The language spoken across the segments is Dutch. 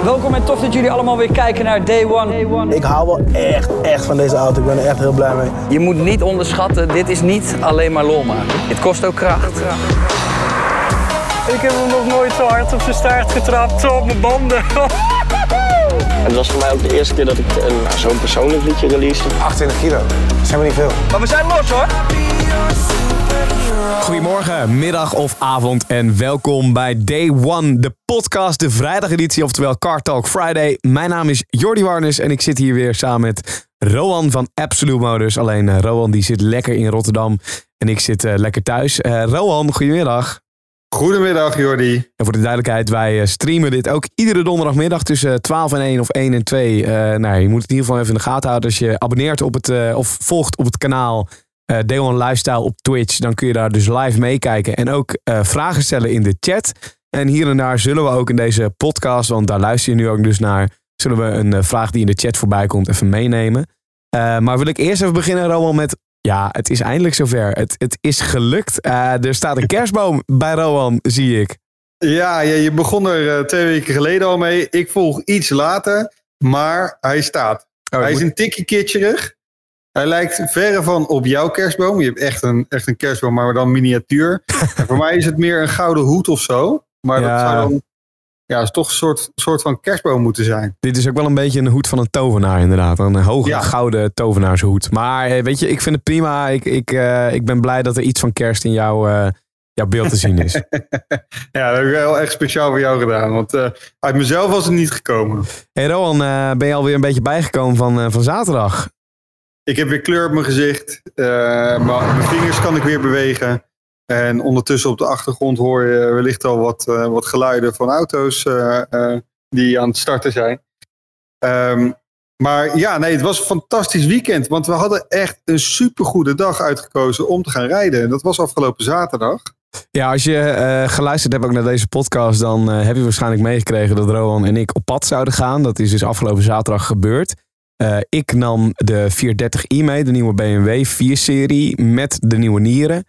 Welkom en tof dat jullie allemaal weer kijken naar Day One. Ik hou wel echt van deze auto. Ik ben er echt heel blij mee. Je moet niet onderschatten, dit is niet alleen maar lol maken. Het kost ook kracht. Ik heb hem nog nooit zo hard op zijn staart getrapt, zo op mijn banden. Het was voor mij ook de eerste keer dat ik zo'n persoonlijk liedje release. 28 kilo. Dat zijn we niet veel. Maar we zijn los hoor! Goedemorgen, middag of avond en welkom bij Day One, de podcast, de vrijdageditie, oftewel Car Talk Friday. Mijn naam is Jordi Warnes en ik zit hier weer samen met Rowan van Absolute Motors. Alleen Rowan die zit lekker in Rotterdam en ik zit lekker thuis. Rowan, goedemiddag. Goedemiddag Jordi. En voor de duidelijkheid, wij streamen dit ook iedere donderdagmiddag tussen 12 en 1 of 1 en 2. Je moet het in ieder geval even in de gaten houden. Als je abonneert op het, of volgt op het kanaal Day One Lifestyle op Twitch, dan kun je daar dus live meekijken en ook vragen stellen in de chat. En hier en daar zullen we ook in deze podcast, want daar luister je nu ook dus naar, zullen we een vraag die in de chat voorbij komt even meenemen. Maar wil ik eerst even beginnen, Rowan, met... Ja, het is eindelijk zover. Het is gelukt. Er staat een kerstboom bij Rowan, zie ik. Ja, je begon er 2 weken geleden al mee. Ik volg iets later, maar hij staat. Hij is een tikkie kitscherig. Hij lijkt verre van op jouw kerstboom. Je hebt echt een kerstboom, maar dan miniatuur. En voor mij is het meer een gouden hoed of zo. Maar dat zou dan... Ja, het is toch een soort van kerstboom moeten zijn. Dit is ook wel een beetje een hoed van een tovenaar inderdaad. Een hoge gouden tovenaarshoed. Maar weet je, ik vind het prima. Ik ben blij dat er iets van kerst in jouw beeld te zien is. Ja, dat heb ik wel echt speciaal voor jou gedaan. Want uit mezelf was het niet gekomen. Hey Rowan, ben je alweer een beetje bijgekomen van zaterdag? Ik heb weer kleur op mijn gezicht. Mijn vingers kan ik weer bewegen. En ondertussen op de achtergrond hoor je wellicht al wat geluiden van auto's die aan het starten zijn. Maar ja, nee, het was een fantastisch weekend. Want we hadden echt een supergoede dag uitgekozen om te gaan rijden. En dat was afgelopen zaterdag. Ja, als je geluisterd hebt ook naar deze podcast, dan heb je waarschijnlijk meegekregen dat Rowan en ik op pad zouden gaan. Dat is dus afgelopen zaterdag gebeurd. Ik nam de 430i mee, de nieuwe BMW 4-serie, met de nieuwe nieren.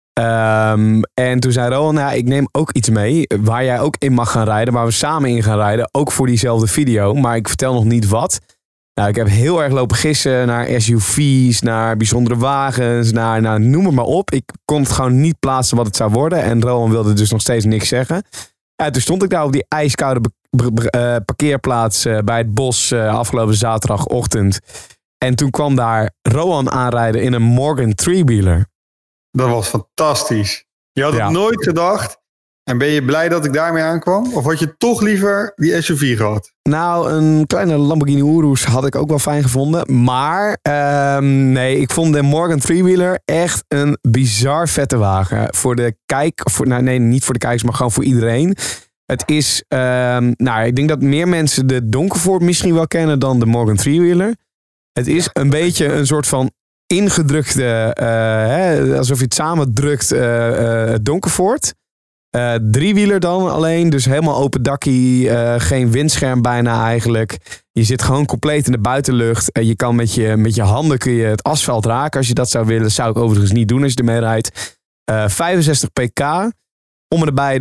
En toen zei Rowan, ik neem ook iets mee waar jij ook in mag gaan rijden, waar we samen in gaan rijden, ook voor diezelfde video, maar ik vertel nog niet wat. Nou, ik heb heel erg lopen gissen naar SUV's, naar bijzondere wagens, naar noem het maar op. Ik kon het gewoon niet plaatsen wat het zou worden en Rowan wilde dus nog steeds niks zeggen. Toen stond ik daar op die ijskoude parkeerplaats bij het bos afgelopen zaterdagochtend en toen kwam daar Rowan aanrijden in een Morgan Three-wheeler. Dat was fantastisch. Je had het nooit gedacht. En ben je blij dat ik daarmee aankwam? Of had je toch liever die SUV gehad? Nou, een kleine Lamborghini Urus had ik ook wel fijn gevonden. Maar nee, ik vond de Morgan Three-wheeler echt een bizar vette wagen. Voor de niet voor de kijkers, maar gewoon voor iedereen. Het is, ik denk dat meer mensen de Donkervoort misschien wel kennen dan de Morgan Three-wheeler. Het is een beetje een soort van ingedrukte, alsof je het samendrukt, Donkervoort. 3-wieler dan alleen, dus helemaal open dakkie, geen windscherm bijna eigenlijk. Je zit gewoon compleet in de buitenlucht. Je kan met je handen kun je het asfalt raken als je dat zou willen. Zou ik overigens niet doen als je ermee rijdt. 65 pk, om en bij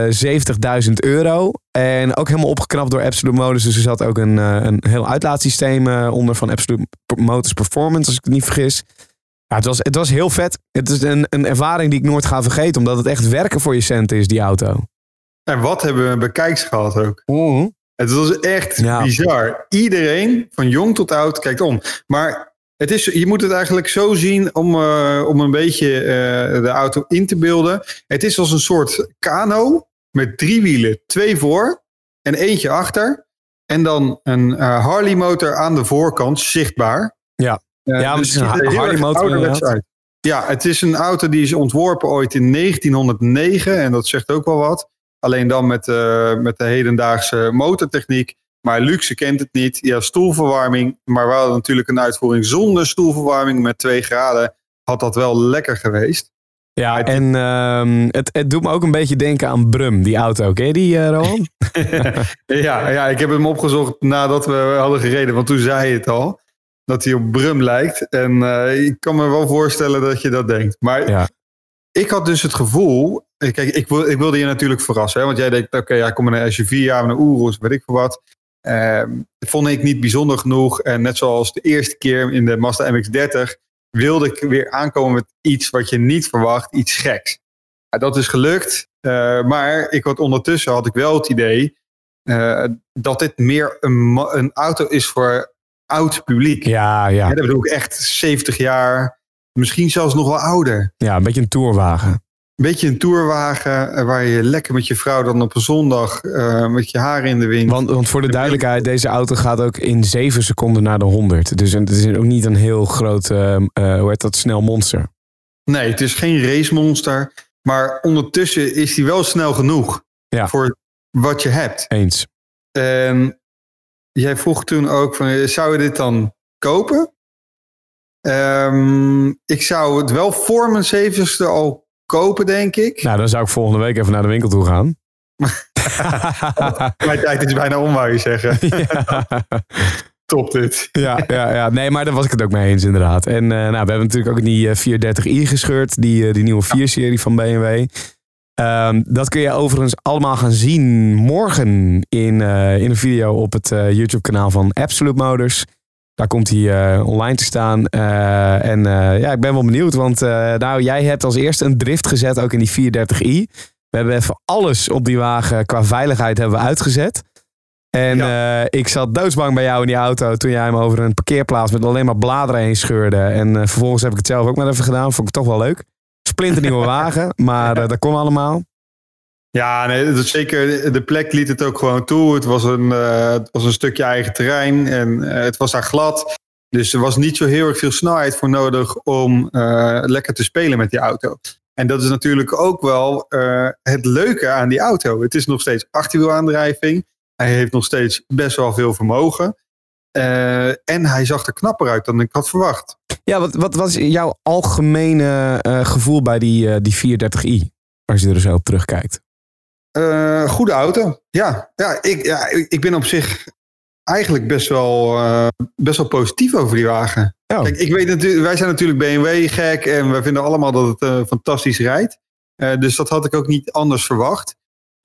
de €70.000. En ook helemaal opgeknapt door Absolute Motors. Dus er zat ook een heel uitlaatsysteem onder van Absolute Motors Performance, als ik het niet vergis. Ja, het was heel vet. Het is een ervaring die ik nooit ga vergeten, omdat het echt werken voor je centen is, die auto. En wat hebben we bekijks gehad ook. Het was echt bizar. Iedereen, van jong tot oud, kijkt om. Maar je moet het eigenlijk zo zien om een beetje de auto in te beelden. Het is als een soort kano met 3 wielen. 2 voor en eentje achter. En dan een Harley motor aan de voorkant, zichtbaar. Ja. Dus het ziet er heel erg ouderwets uit. Ja, het is een auto die is ontworpen ooit in 1909. En dat zegt ook wel wat. Alleen dan met de hedendaagse motortechniek. Maar luxe kent het niet. Ja, stoelverwarming. Maar we hadden natuurlijk een uitvoering zonder stoelverwarming. Met 2 graden had dat wel lekker geweest. Ja, en het doet me ook een beetje denken aan Brum, die auto. Ken je die, Rowan? Ja, ik heb hem opgezocht nadat we hadden gereden. Want toen zei je het al. Dat hij op Brum lijkt. En ik kan me wel voorstellen dat je dat denkt. Maar ik had dus het gevoel... Kijk, ik wilde je natuurlijk verrassen. Hè? Want jij denkt, oké, kom met een SUV, met een Urus, weet ik veel wat. vond ik niet bijzonder genoeg. En net zoals de eerste keer in de Mazda MX-30 wilde ik weer aankomen met iets wat je niet verwacht, iets geks. Dat is gelukt, maar ondertussen had ik wel het idee dat dit meer een auto is voor oud publiek. Ja. Dat bedoel ik echt 70 jaar, misschien zelfs nog wel ouder. Ja, een beetje een tourwagen. Een beetje een tourwagen waar je lekker met je vrouw dan op een zondag met je haren in de wind. Want voor de duidelijkheid, deze auto gaat ook in 7 seconden naar de 100. Dus het is ook niet een heel groot, snel monster. Nee, het is geen racemonster. Maar ondertussen is hij wel snel genoeg voor wat je hebt. Eens. En jij vroeg toen ook van, zou je dit dan kopen? Ik zou het wel voor mijn 70ste al kopen, denk ik. Nou, dan zou ik volgende week even naar de winkel toe gaan. Mijn tijd is bijna om, wou je zeggen. Top dit. Ja. Nee, maar daar was ik het ook mee eens inderdaad. En we hebben natuurlijk ook die 430i gescheurd. Die nieuwe 4-serie van BMW. Dat kun je overigens allemaal gaan zien morgen in een video op het YouTube-kanaal van Absolute Motors. Daar komt hij online te staan. Ik ben wel benieuwd. Want jij hebt als eerste een drift gezet ook in die 430i. We hebben even alles op die wagen qua veiligheid hebben we uitgezet. En ik zat doodsbang bij jou in die auto toen jij hem over een parkeerplaats met alleen maar bladeren heen scheurde. En vervolgens heb ik het zelf ook maar even gedaan. Vond ik toch wel leuk. Splinternieuwe wagen, maar dat kon allemaal. Ja, nee, dat is zeker. De plek liet het ook gewoon toe. Het was een stukje eigen terrein en het was daar glad. Dus er was niet zo heel erg veel snelheid voor nodig om lekker te spelen met die auto. En dat is natuurlijk ook wel het leuke aan die auto. Het is nog steeds achterwielaandrijving. Hij heeft nog steeds best wel veel vermogen. En hij zag er knapper uit dan ik had verwacht. Ja, wat was jouw algemene gevoel bij die 430i? Als je er zo op terugkijkt. Goede auto. Ja, ik ben op zich eigenlijk best wel positief over die wagen. Oh. Kijk, ik weet natuurlijk, wij zijn natuurlijk BMW gek en wij vinden allemaal dat het fantastisch rijdt. Dus dat had ik ook niet anders verwacht.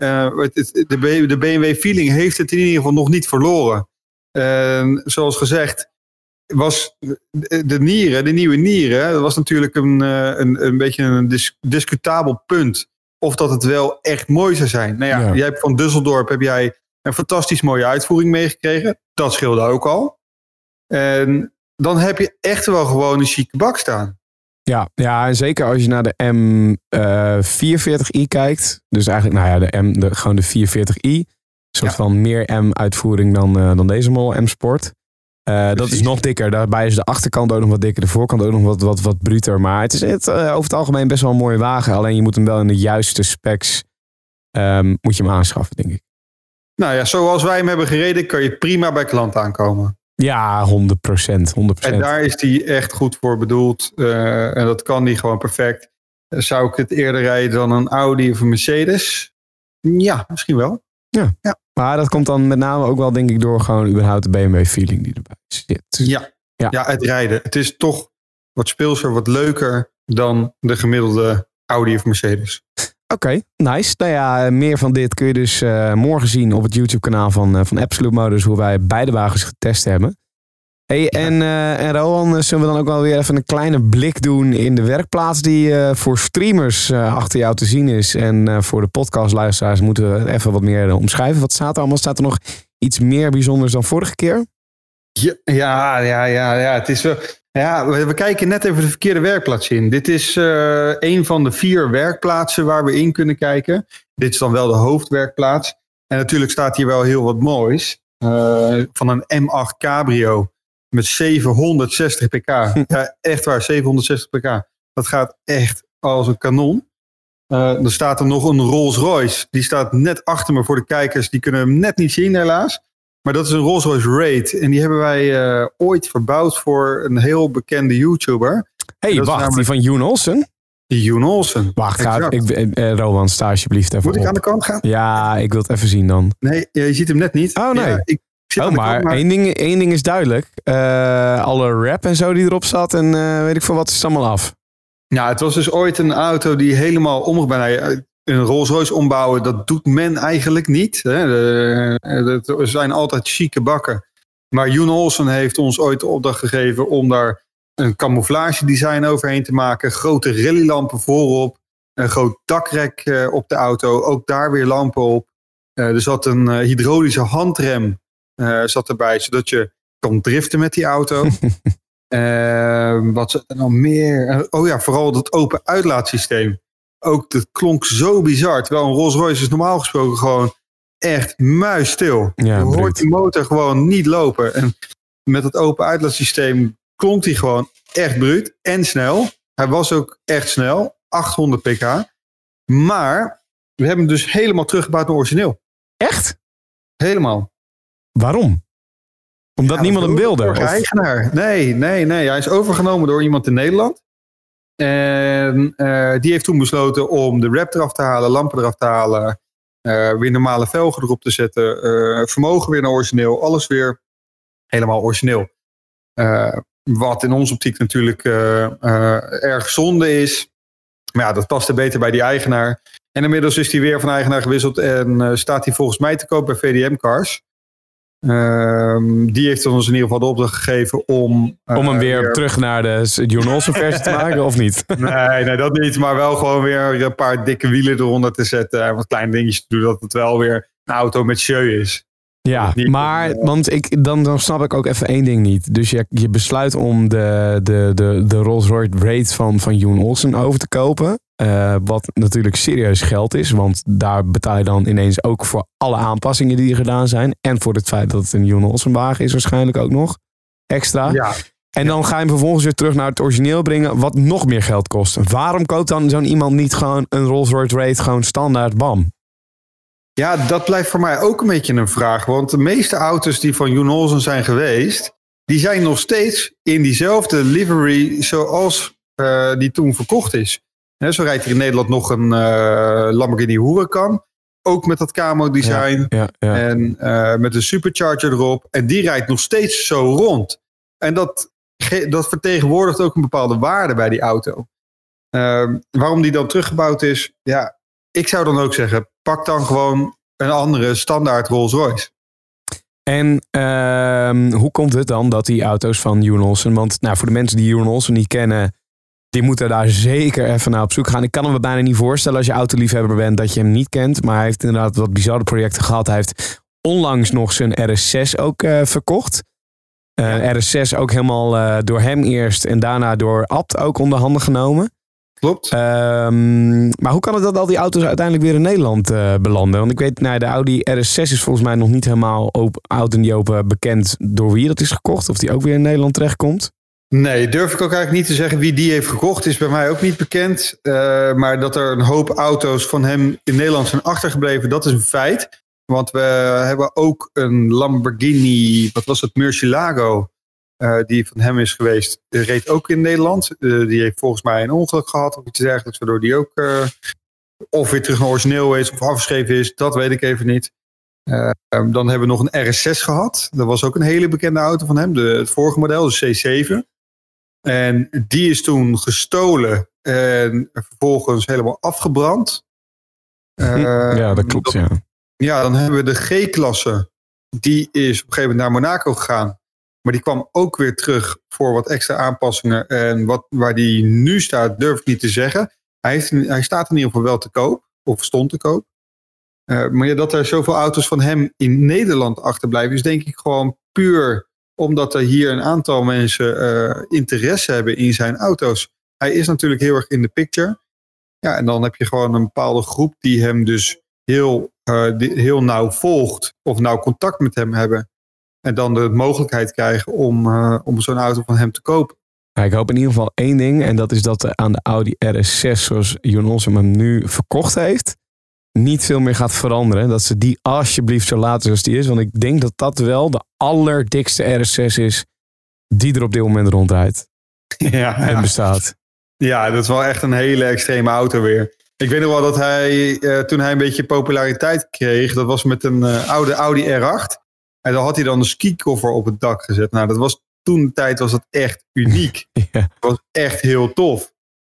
De BMW feeling heeft het in ieder geval nog niet verloren. Zoals gezegd, was de nieuwe nieren, dat was natuurlijk een beetje een discutabel punt. Of dat het wel echt mooi zou zijn. Nou ja, jij hebt van Düsseldorp heb jij een fantastisch mooie uitvoering meegekregen. Dat scheelde ook al. En dan heb je echt wel gewoon een chique bak staan. Ja, en zeker als je naar de M440i kijkt. Dus eigenlijk, gewoon de 440i. Een soort van meer M-uitvoering dan deze Model M Sport. Dat is nog dikker. Daarbij is de achterkant ook nog wat dikker. De voorkant ook nog wat bruter. Maar het is over het algemeen best wel een mooie wagen. Alleen je moet hem wel in de juiste specs moet je hem aanschaffen, denk ik. Nou ja, zoals wij hem hebben gereden, kan je prima bij klant aankomen. Ja, 100%. En daar is hij echt goed voor bedoeld. En dat kan hij gewoon perfect. Zou ik het eerder rijden dan een Audi of een Mercedes? Ja, misschien wel. Ja. Maar dat komt dan met name ook wel, denk ik, door gewoon überhaupt de BMW feeling die erbij zit. Ja, het rijden. Het is toch wat speelser, wat leuker dan de gemiddelde Audi of Mercedes. Oké, nice. Nou ja, meer van dit kun je dus morgen zien op het YouTube-kanaal van Absolute Motors, hoe wij beide wagens getest hebben. Hey, en Rowan, zullen we dan ook wel weer even een kleine blik doen in de werkplaats die voor streamers achter jou te zien is. En voor de podcastluisteraars moeten we even wat meer omschrijven. Wat staat er allemaal? Staat er nog iets meer bijzonders dan vorige keer? Ja. Het is wel. Ja, we kijken net even de verkeerde werkplaats in. Dit is een van de 4 werkplaatsen waar we in kunnen kijken. Dit is dan wel de hoofdwerkplaats. En natuurlijk staat hier wel heel wat moois. Van een M8 Cabrio met 760 pk. Ja, echt waar, 760 pk. Dat gaat echt als een kanon. Dan staat er nog een Rolls Royce. Die staat net achter me voor de kijkers. Die kunnen hem net niet zien helaas. Maar dat is een Rolls Royce Raid. En die hebben wij ooit verbouwd voor een heel bekende YouTuber. Wacht, die van Joen Olsen? Die Joen Olsen. Wacht, Rowan, sta alsjeblieft even Moet ik aan de kant gaan? Ja, ik wil het even zien dan. Nee, je ziet hem net niet. Oh nee. Ja, maar één ding is duidelijk. Alle rap en zo die erop zat en weet ik veel wat is het allemaal af. Ja, het was dus ooit een auto die helemaal een Rolls Royce ombouwen, dat doet men eigenlijk niet. Hè. Er zijn altijd chique bakken. Maar Jon Olsen heeft ons ooit de opdracht gegeven om daar een camouflage design overheen te maken. Grote rallylampen voorop. Een groot dakrek op de auto. Ook daar weer lampen op. Er zat een hydraulische handrem zat erbij, zodat je kan driften met die auto. Wat zat er nog meer? Vooral dat open uitlaatsysteem. Ook dat klonk zo bizar. Terwijl een Rolls Royce is normaal gesproken gewoon echt muisstil. Ja, je hoort die motor gewoon niet lopen. En met het open uitlaatsysteem klonk hij gewoon echt bruut en snel. Hij was ook echt snel. 800 pk. Maar we hebben hem dus helemaal teruggebouwd naar origineel. Echt? Helemaal. Waarom? Omdat niemand hem wilde? Eigenaar. Nee. Hij is overgenomen door iemand in Nederland. En die heeft toen besloten om de wrap eraf te halen, lampen eraf te halen, weer normale velgen erop te zetten, vermogen weer naar origineel, alles weer helemaal origineel. Wat in onze optiek natuurlijk erg zonde is. Maar ja, dat paste beter bij die eigenaar. En inmiddels is hij weer van eigenaar gewisseld en staat hij volgens mij te koop bij VDM Cars. Die heeft ons in ieder geval de opdracht gegeven om hem weer terug naar de Jon Olsen versie te maken, of niet? Nee, dat niet. Maar wel gewoon weer een paar dikke wielen eronder te zetten. En wat kleine dingetjes te doen, dat het wel weer een auto met jeu is. Ja, maar dan snap ik ook even één ding niet. Dus je besluit om de Rolls-Royce Wraith van Jon Olsen over te kopen. Wat natuurlijk serieus geld is. Want daar betaal je dan ineens ook voor alle aanpassingen die er gedaan zijn. En voor het feit dat het een Jon Olsen wagen is waarschijnlijk ook nog extra. Ja. En dan ga je hem vervolgens weer terug naar het origineel brengen. Wat nog meer geld kost. Waarom koopt dan zo'n iemand niet gewoon een Rolls-Royce Wraith gewoon standaard bam? Ja, dat blijft voor mij ook een beetje een vraag. Want de meeste auto's die van Jon Olsen zijn geweest, die zijn nog steeds in diezelfde livery zoals die toen verkocht is. Zo rijdt hier in Nederland nog een Lamborghini Huracan. Ook met dat camo design. Ja. En met een supercharger erop. En die rijdt nog steeds zo rond. En dat vertegenwoordigt ook een bepaalde waarde bij die auto. Waarom die dan teruggebouwd is, ja, ik zou dan ook zeggen, pak dan gewoon een andere standaard Rolls Royce. En hoe komt het dan dat die auto's van Jon Olsen, want voor de mensen die Jon Olsen niet kennen, die moeten daar zeker even naar op zoek gaan. Ik kan me bijna niet voorstellen als je autoliefhebber bent dat je hem niet kent. Maar hij heeft inderdaad wat bizarre projecten gehad. Hij heeft onlangs nog zijn RS6 ook verkocht. RS6 ook helemaal door hem eerst en daarna door Abt ook onder handen genomen. Klopt. Maar hoe kan het dat al die auto's uiteindelijk weer in Nederland belanden? Want ik weet, de Audi RS6 is volgens mij nog niet helemaal oud en die open bekend door wie dat is gekocht. Of die ook weer in Nederland terechtkomt. Nee, durf ik ook eigenlijk niet te zeggen wie die heeft gekocht. Is bij mij ook niet bekend. Maar dat er een hoop auto's van hem in Nederland zijn achtergebleven, dat is een feit. Want we hebben ook een Lamborghini, wat was het, Murcielago, die van hem is geweest. Die reed ook in Nederland. Die heeft volgens mij een ongeluk gehad of iets dergelijks, waardoor die ook of weer terug naar origineel is of afgeschreven is. Dat weet ik even niet. Dan hebben we nog een RS6 gehad. Dat was ook een hele bekende auto van hem. Het vorige model, de C7. En die is toen gestolen en vervolgens helemaal afgebrand. Ja, dat klopt, ja. Ja, dan hebben we de G-klasse. Die is op een gegeven moment naar Monaco gegaan. Maar die kwam ook weer terug voor wat extra aanpassingen. En waar die nu staat, durf ik niet te zeggen. Hij staat in ieder geval wel te koop. Of stond te koop. Maar dat er zoveel auto's van hem in Nederland achterblijven, is denk ik gewoon puur omdat er hier een aantal mensen interesse hebben in zijn auto's. Hij is natuurlijk heel erg in de picture. Ja, en dan heb je gewoon een bepaalde groep die hem dus heel nauw volgt of nauw contact met hem hebben. En dan de mogelijkheid krijgen om zo'n auto van hem te kopen. Ja, ik hoop in ieder geval één ding. En dat is dat er aan de Audi RS6, zoals Jon Olsen hem nu verkocht heeft, niet veel meer gaat veranderen. Dat ze die alsjeblieft zo laten zoals die is. Want ik denk dat dat wel de allerdikste RS6 is die er op dit moment rondrijdt. En bestaat. Ja, dat is wel echt een hele extreme auto weer. Ik weet nog wel dat hij, toen hij een beetje populariteit kreeg, dat was met een oude Audi R8. En dan had hij dan een skikoffer op het dak gezet. Nou, dat was toen de tijd was dat echt uniek. Ja. Dat was echt heel tof.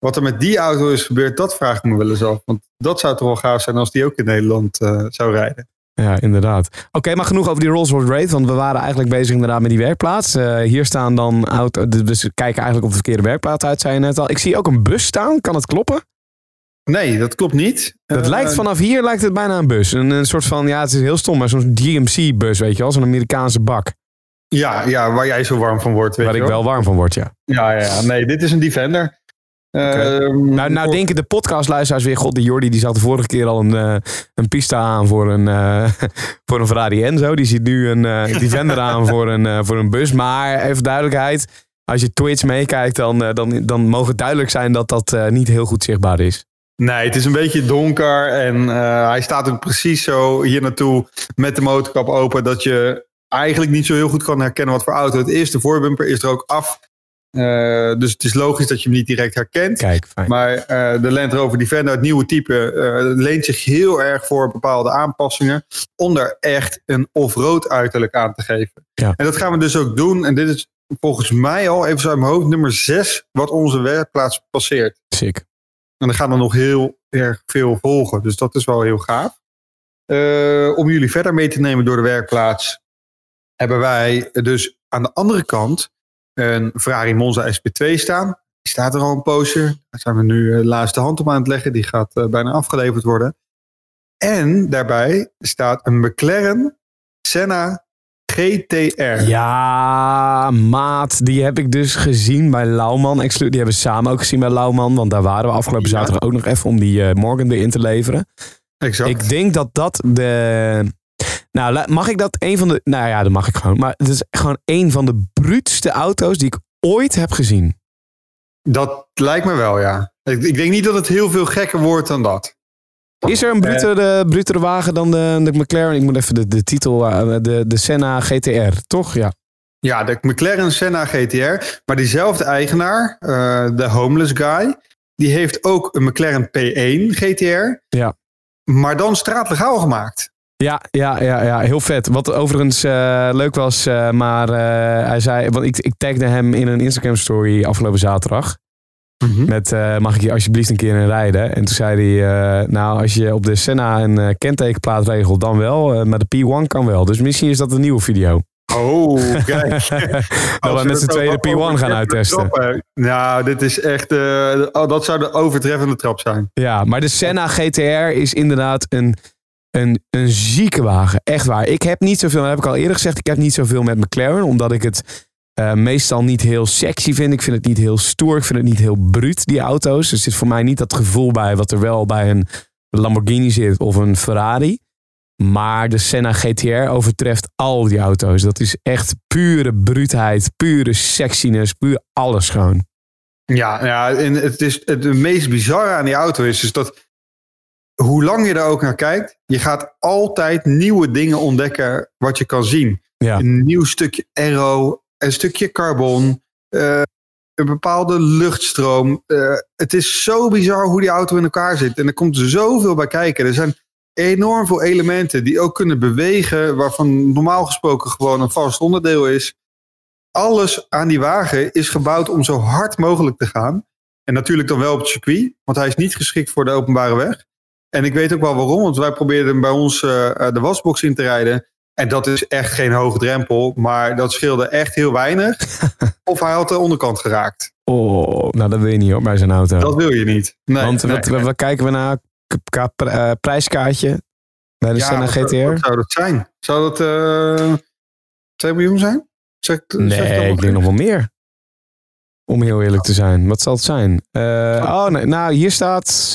wat er met die auto is gebeurd, dat vraag ik me wel eens af. Want dat zou toch wel gaaf zijn als die ook in Nederland zou rijden. Ja, inderdaad. Oké, maar genoeg over die Rolls-Royce Wraith, want we waren eigenlijk bezig inderdaad met die werkplaats. Hier staan dan auto's, dus we kijken eigenlijk op de verkeerde werkplaats uit, zei je net al. Ik zie ook een bus staan, kan het kloppen? Nee, dat klopt niet. Dat lijkt vanaf hier lijkt het bijna een bus. Een soort van, ja, het is heel stom, maar zo'n GMC-bus, weet je wel, zo'n Amerikaanse bak. Ja, waar jij zo warm van wordt. Waar ik wel warm van word, ja. Ja, nee, dit is een Defender. Okay. Nou denken de podcastluisteraars weer, god, die Jordi die zat de vorige keer al een Pista aan voor een Ferrari Enzo. Die ziet nu een Defender aan voor een bus. Maar even duidelijkheid, als je Twitch meekijkt, dan mogen het duidelijk zijn dat dat niet heel goed zichtbaar is. Nee, het is een beetje donker en hij staat ook precies zo hier naartoe met de motorkap open dat je eigenlijk niet zo heel goed kan herkennen wat voor auto het is. De voorbumper is er ook af. Dus het is logisch dat je hem niet direct herkent. Kijk, fijn. Maar de Land Rover Defender, het nieuwe type, leent zich heel erg voor bepaalde aanpassingen. Om daar echt een off-road uiterlijk aan te geven. Ja. En dat gaan we dus ook doen. En dit is volgens mij al, even zo uit mijn hoofd, nummer 6 wat onze werkplaats passeert. Sick. En er gaan er nog heel erg veel volgen. Dus dat is wel heel gaaf. Om jullie verder mee te nemen door de werkplaats, hebben wij dus aan de andere kant een Ferrari Monza SP2 staan. Die staat er al een poosje. Daar zijn we nu de laatste hand op aan het leggen. Die gaat bijna afgeleverd worden. En daarbij staat een McLaren Senna GTR. Ja, maat. Die heb ik dus gezien bij Lauwman. Die hebben we samen ook gezien bij Lauwman. Want daar waren we afgelopen zaterdag ook nog even om die Morgan erin te leveren. Exact. Ik denk dat de... Nou, mag ik dat een van de... Nou ja, dat mag ik gewoon. Maar het is gewoon een van de bruutste auto's die ik ooit heb gezien. Dat lijkt me wel, ja. Ik denk niet dat het heel veel gekker wordt dan dat. Is er een brutere wagen dan de McLaren? Ik moet even de titel... De Senna GTR, toch? Ja. Ja, de McLaren Senna GTR. Maar diezelfde eigenaar, de Homeless Guy, die heeft ook een McLaren P1 GTR. Ja. Maar dan straatlegaal gemaakt. Ja, heel vet. Wat overigens leuk was, maar hij zei... Want ik tagde hem in een Instagram story afgelopen zaterdag. Mm-hmm. Met, mag ik hier alsjeblieft een keer in rijden? En toen zei hij, nou, als je op de Senna een kentekenplaat regelt, dan wel. Maar de P1 kan wel. Dus misschien is dat een nieuwe video. Oh, kijk. Dat we met z'n tweeën de P1 gaan uittesten. Nou, dit is echt... dat zou de overtreffende trap zijn. Ja, maar de Senna GTR is inderdaad een zieke wagen. Echt waar. Ik heb niet zoveel, dat heb ik al eerder gezegd, ik heb niet zoveel met McLaren, omdat ik het meestal niet heel sexy vind. Ik vind het niet heel stoer. Ik vind het niet heel bruut, die auto's. Er zit voor mij niet dat gevoel bij wat er wel bij een Lamborghini zit of een Ferrari. Maar de Senna GTR overtreft al die auto's. Dat is echt pure bruutheid, pure sexiness, puur alles gewoon. Ja, en het meest bizarre aan die auto is dat hoe lang je er ook naar kijkt, je gaat altijd nieuwe dingen ontdekken wat je kan zien. Ja. Een nieuw stukje aero, een stukje carbon, een bepaalde luchtstroom. Het is zo bizar hoe die auto in elkaar zit. En er komt zoveel bij kijken. Er zijn enorm veel elementen die ook kunnen bewegen, waarvan normaal gesproken gewoon een vast onderdeel is. Alles aan die wagen is gebouwd om zo hard mogelijk te gaan. En natuurlijk dan wel op het circuit, want hij is niet geschikt voor de openbare weg. En ik weet ook wel waarom, want wij probeerden bij ons de wasbox in te rijden. En dat is echt geen hoge drempel, maar dat scheelde echt heel weinig. Of hij had de onderkant geraakt. Oh, nou dat wil je niet hoor, bij zijn auto. Dat wil je niet. Nee, want wat kijken we naar prijskaartje bij de Senna GTR? Wat zou dat zijn? Zou dat 2 miljoen zijn? Nee, ik denk nog wel meer. Om heel eerlijk te zijn. Wat zal het zijn? Nee, nou, hier staat...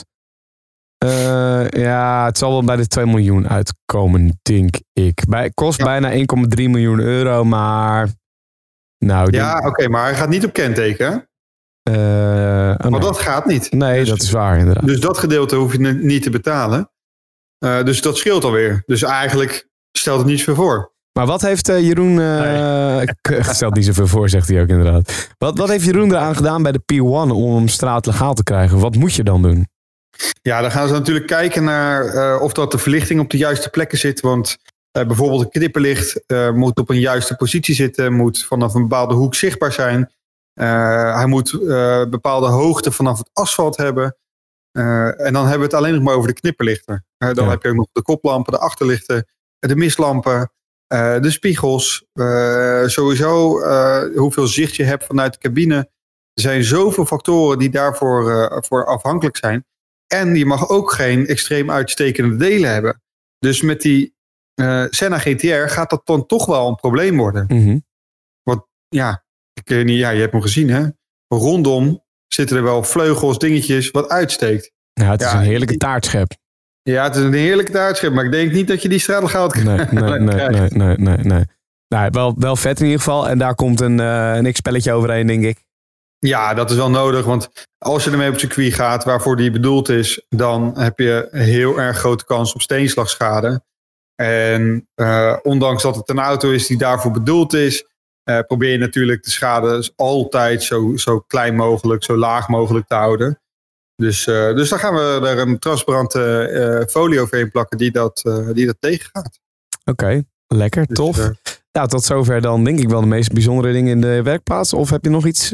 het zal wel bij de 2 miljoen uitkomen, denk ik. Kost bijna 1,3 miljoen euro, maar... Nou, oké, maar hij gaat niet op kenteken. Want dat gaat niet. Nee, dus, dat is waar inderdaad. Dus dat gedeelte hoef je niet te betalen. Dus dat scheelt alweer. Dus eigenlijk stelt het niet zoveel voor. Maar wat heeft Jeroen... stelt niet zoveel voor, zegt hij ook inderdaad. Wat heeft Jeroen eraan gedaan bij de P1 om hem straatlegaal te krijgen? Wat moet je dan doen? Ja, dan gaan ze natuurlijk kijken naar of dat de verlichting op de juiste plekken zit. Want bijvoorbeeld een knipperlicht moet op een juiste positie zitten. Moet vanaf een bepaalde hoek zichtbaar zijn. Hij moet bepaalde hoogte vanaf het asfalt hebben. En dan hebben we het alleen nog maar over de knipperlichten. Dan heb je ook nog de koplampen, de achterlichten, de mistlampen, de spiegels. Sowieso hoeveel zicht je hebt vanuit de cabine. Er zijn zoveel factoren die daarvoor voor afhankelijk zijn. En je mag ook geen extreem uitstekende delen hebben. Dus met die Senna GTR gaat dat dan toch wel een probleem worden. Mm-hmm. Want ik weet niet, je hebt hem gezien, hè? Rondom zitten er wel vleugels, dingetjes, wat uitsteekt. Ja, het is een heerlijke taartschep. Ja, het is een heerlijke taartschep, maar ik denk niet dat je die straatgoud krijgt. Nee. Nou, wel vet in ieder geval. En daar komt een X-spelletje overheen, denk ik. Ja, dat is wel nodig, want als je ermee op circuit gaat waarvoor die bedoeld is, dan heb je een heel erg grote kans op steenslagschade. En ondanks dat het een auto is die daarvoor bedoeld is, probeer je natuurlijk de schade altijd zo klein mogelijk, zo laag mogelijk te houden. Dus dan gaan we er een transparante folie overheen plakken die dat tegengaat. Oké, lekker, tof. Nou, tot zover dan denk ik wel de meest bijzondere dingen in de werkplaats. Of heb je nog iets?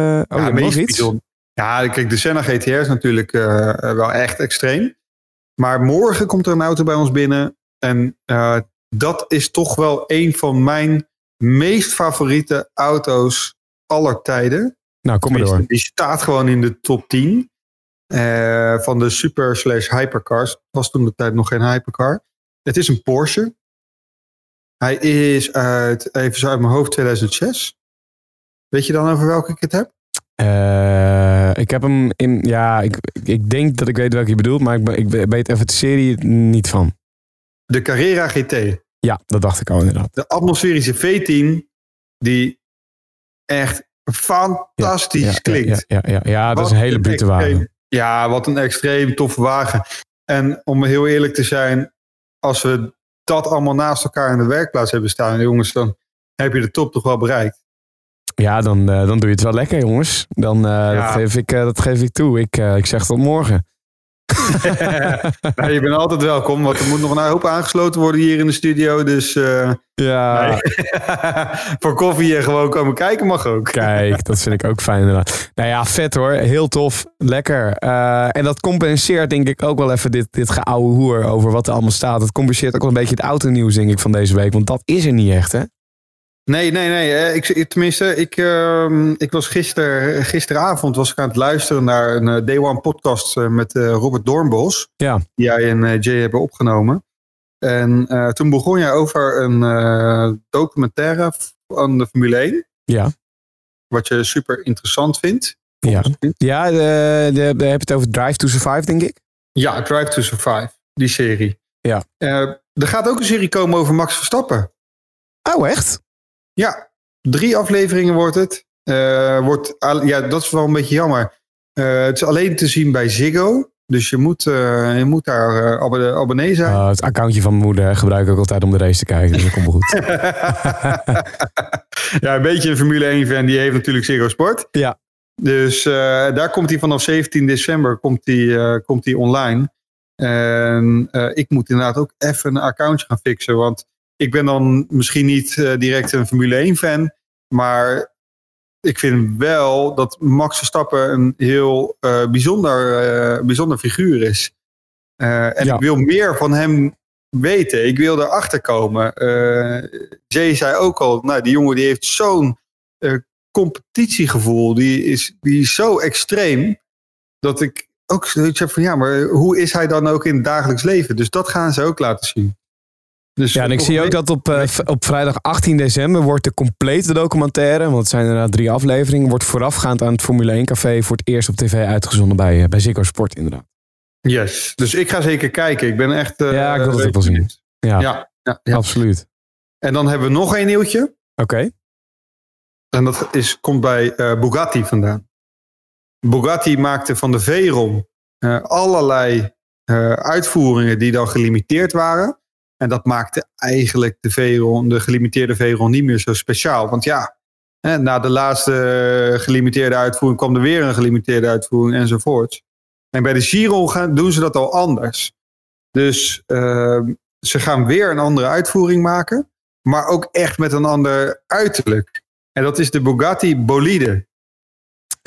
Ja, kijk, de Senna GTR is natuurlijk wel echt extreem. Maar morgen komt er een auto bij ons binnen. En dat is toch wel een van mijn meest favoriete auto's aller tijden. Nou, kom maar door. Die staat gewoon in de top 10 van de super/hypercars. Was toen de tijd nog geen hypercar. Het is een Porsche. Hij is uit mijn hoofd 2006. Weet je dan over welke ik het heb? Ik heb hem in... Ja, ik denk dat ik weet welke je bedoelt, maar ik weet even de serie niet van. De Carrera GT. Ja, dat dacht ik al inderdaad. De atmosferische V10, die echt fantastisch klinkt. Ja, dat is een hele brute wagen. Ja, wat een extreem toffe wagen. En om heel eerlijk te zijn, als we dat allemaal naast elkaar in de werkplaats hebben staan, jongens, dan heb je de top toch wel bereikt. Ja, dan doe je het wel lekker, jongens. Dat geef ik toe. Ik zeg tot morgen. Nou, je bent altijd welkom, want er moet nog een hoop aangesloten worden hier in de studio. Dus nee. Voor koffie en gewoon komen kijken mag ook. Kijk, dat vind ik ook fijn inderdaad. Nou ja, vet hoor. Heel tof. Lekker. En dat compenseert denk ik ook wel even dit geouwe hoer over wat er allemaal staat. Dat compenseert ook wel een beetje het autonieuws denk ik van deze week. Want dat is er niet echt, hè? Nee. Ik was gisteravond was ik aan het luisteren naar een Day One podcast met Robert Doornbos. Ja. Die jij en Jay hebben opgenomen. En toen begon jij over een documentaire van de Formule 1. Ja. Wat je super interessant vindt. Ja, daar heb je het over Drive to Survive, denk ik. Ja, Drive to Survive. Die serie. Ja. Er gaat ook een serie komen over Max Verstappen. Oh, echt? Ja, 3 afleveringen wordt het. Dat is wel een beetje jammer. Het is alleen te zien bij Ziggo. Dus je moet daar abonnee zijn. Het accountje van mijn moeder gebruik ik ook altijd om de race te kijken. Dus dat komt wel goed. Ja, een beetje een Formule 1 fan. Die heeft natuurlijk Ziggo Sport. Ja. Dus daar komt hij vanaf 17 december komt hij online. En ik moet inderdaad ook even een accountje gaan fixen. Want ik ben dan misschien niet direct een Formule 1 fan. Maar ik vind wel dat Max Verstappen een heel bijzonder figuur is. Ik wil meer van hem weten. Ik wil erachter komen. Jay zei ook al, nou, die jongen die heeft zo'n competitiegevoel. Die is zo extreem. Dat ik ook zoiets heb van, ja, maar hoe is hij dan ook in het dagelijks leven? Dus dat gaan ze ook laten zien. Dus ja, en ik zie ook dat op vrijdag 18 december wordt de complete documentaire, want het zijn inderdaad 3 afleveringen, wordt voorafgaand aan het Formule 1 Café voor het eerst op tv uitgezonden bij Ziggo Sport inderdaad. Yes, dus ik ga zeker kijken. Ik ben echt... ja, ik wil het ook wel zien. Ja, absoluut. En dan hebben we nog 1 nieuwtje. Oké. En dat komt bij Bugatti vandaan. Bugatti maakte van de Veyron allerlei uitvoeringen die dan gelimiteerd waren. En dat maakte eigenlijk de gelimiteerde Veyron niet meer zo speciaal. Want ja, na de laatste gelimiteerde uitvoering kwam er weer een gelimiteerde uitvoering enzovoort. En bij de Chiron doen ze dat al anders. Dus ze gaan weer een andere uitvoering maken. Maar ook echt met een ander uiterlijk. En dat is de Bugatti Bolide.